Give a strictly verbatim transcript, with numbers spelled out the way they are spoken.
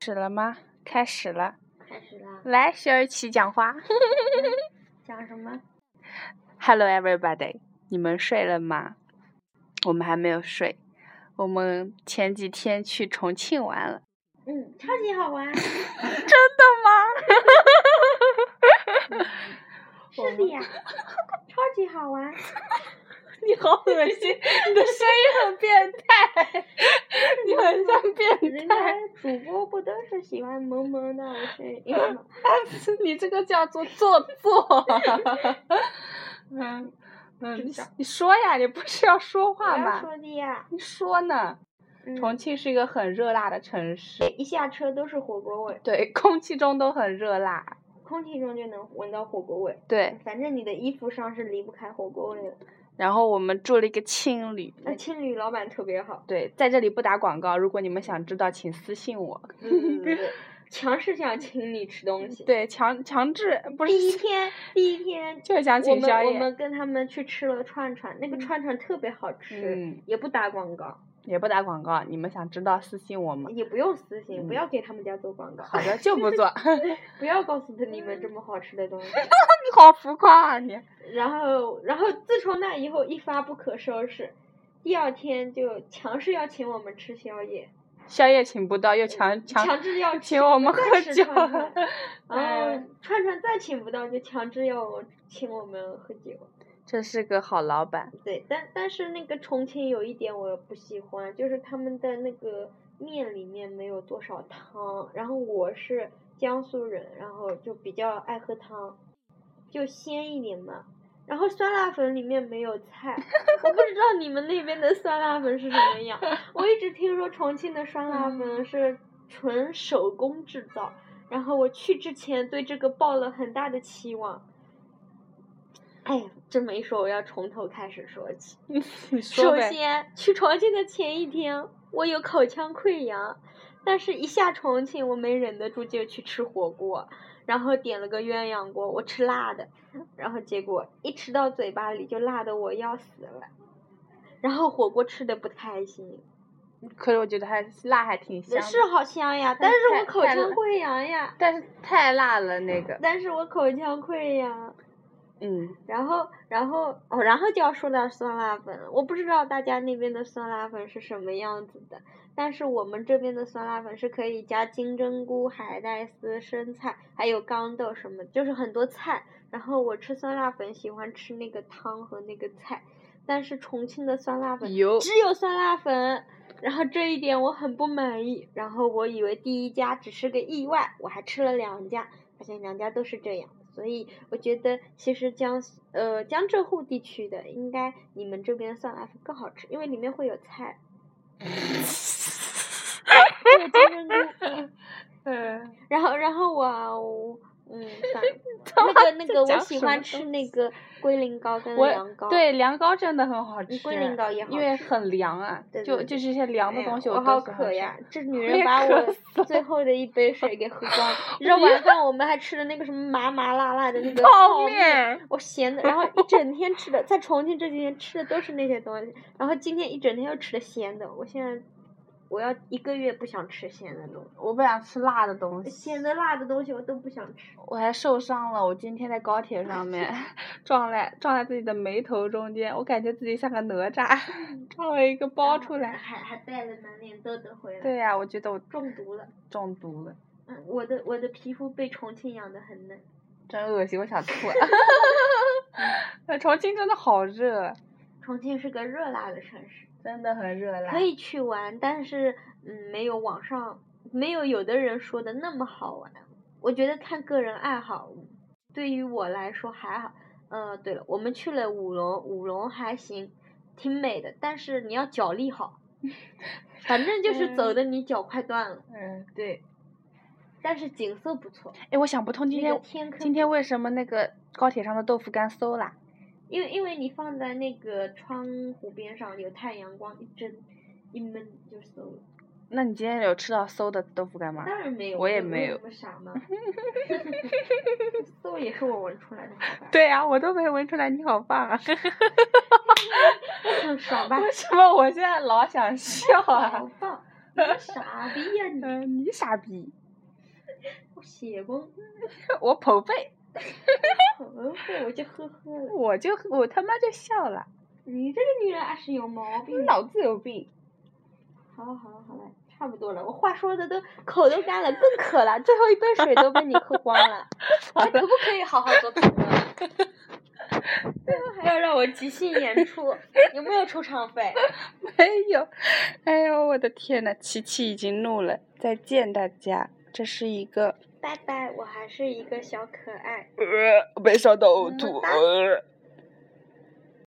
始了吗？开始了。 开始了。 来，小雨琪讲话。 讲什么 ？Hello everybody， 你们睡了吗？我们还没有睡。我们前几天去重庆玩了。 嗯，超级好玩。 真的吗？ 是的呀，超级好玩。 你好恶心，你的声音很变态，你很像变态。 人家主播不都是喜欢萌萌的声音吗？ 你这个叫做做作。嗯嗯，你你说呀，你不是要说话吗？ 我要说的呀。 你说呢？ 嗯、 重庆是一个很热辣的城市， 一下车都是火锅味。 对，空气中都很热辣。 空气中就能闻到火锅味。 对， 反正你的衣服上是离不开火锅味的。 然后我们住了一个青旅， 那青旅老板特别好。 对，在这里不打广告，如果你们想知道，请私信我。 嗯，对，强势想请你吃东西。 对，强强制不是。 第一天，第一天就是想请宵夜。 我们我们跟他们去吃了串串，那个串串特别好吃， 嗯、 也不打广告。 也不打广告，你们想知道私信我吗？ 也不用私信， 嗯、 不要给他们家做广告。 好的，就不做。 不要告诉他你们这么好吃的东西。 你好浮夸啊你！ 然后，然后自从那以后一发不可收拾，第二天就强势要请我们吃宵夜。 宵夜请不到，又强强强制要请我们喝酒。 串串然后串串再请不到，就强制要请我们喝酒。 这是个好老板。 对，但但是那个重庆有一点我不喜欢，就是他们的那个面里面没有多少汤，然后我是江苏人，然后就比较爱喝汤，就鲜一点嘛。然后酸辣粉里面没有菜，我不知道你们那边的酸辣粉是什么样。我一直听说重庆的酸辣粉是纯手工制造，然后我去之前对这个抱了很大的期望。哎呀，这么一说，我要从头开始说起。 你说呗。 首先，去重庆的前一天，我有口腔溃疡，但是一下重庆，我没忍得住就去吃火锅，然后点了个鸳鸯锅，我吃辣的，然后结果一吃到嘴巴里就辣得我要死了，然后火锅吃的不开心。 可是我觉得还辣还挺香的。 是好香呀，但是我口腔溃疡呀。 但是太辣了那个。 但是我口腔溃疡。 嗯， 然后，然后，哦，然后就要说到酸辣粉了。我不知道大家那边的酸辣粉是什么样子的，但是我们这边的酸辣粉是可以加金针菇、海带丝、生菜，还有豇豆什么，就是很多菜。然后我吃酸辣粉喜欢吃那个汤和那个菜，但是重庆的酸辣粉只有酸辣粉，然后这一点我很不满意。然后我以为第一家只是个意外，我还吃了两家，发现两家都是这样。所以我觉得，其实江呃江浙沪地区的，应该你们这边酸辣粉更好吃，因为里面会有菜，还有金针菇。 嗯。 然后，然后我，嗯，那个那个，我喜欢吃那个龟苓膏跟凉糕。 对，凉糕真的很好吃。 龟苓膏也好吃。 因为很凉啊， 对就就是一些凉的东西我都喜欢吃。我好渴呀！这女我人把我最后的一杯水给喝光。你知道晚饭我们还吃了那个什么麻麻辣辣的那个泡面，我咸的，然后一整天吃的，在重庆这几天吃的都是那些东西，然后今天一整天又吃了咸的，我现在。我要一个月不想吃咸的东西， 我不想吃辣的东西， 咸的辣的东西我都不想吃。 我还受伤了，我今天在高铁上面撞在撞在自己的眉头中间，我感觉自己像个哪吒，撞了一个包出来， 还还带了满脸痘痘回来。 对呀、啊，我觉得我中毒了。 中毒了。 嗯，我的我的皮肤被重庆养得很嫩。 真恶心，我想吐了。重庆真的好热。 重庆是个热辣的城市。 真的很热辣。 可以去玩，但是嗯，没有网上没有有的人说的那么好玩。我觉得看个人爱好，对于我来说还好。呃，对了，我们去了武隆，武隆还行，挺美的，但是你要脚力好，反正就是走的你脚快断了。 嗯，对。 但是景色不错。 哎，我想不通今天、那个、今天为什么那个高铁上的豆腐干馊啦？ 因为因为你放在那个窗户边上，有太阳光一蒸一焖就馊了。 那你今天有吃到馊的豆腐干吗？ 当然没有。 我也没有。 那么傻吗？馊也是我闻出来的，好吧？ 对呀、啊，我都没闻出来，你好棒啊！ 爽吧？ 为什么我现在老想笑啊？ 好棒！ 你傻逼呀、你！ 嗯，你傻逼。 我血崩。 我宝贝。 嗯，我就呵呵了。 我就我他妈就笑了。 你这个女人还是有毛病。 脑子有病。 好了好了好了，差不多了，我话说的都口都干了，更渴了，最后一杯水都被你喝光了。还可不可以好好做评论？最后还要让我即兴演出，有没有出场费？ 没有。哎呦我的天呐，琪琪已经怒了。再见大家，这是一个。 拜拜，我还是一个小可爱。 呃，被烧到呕吐。呃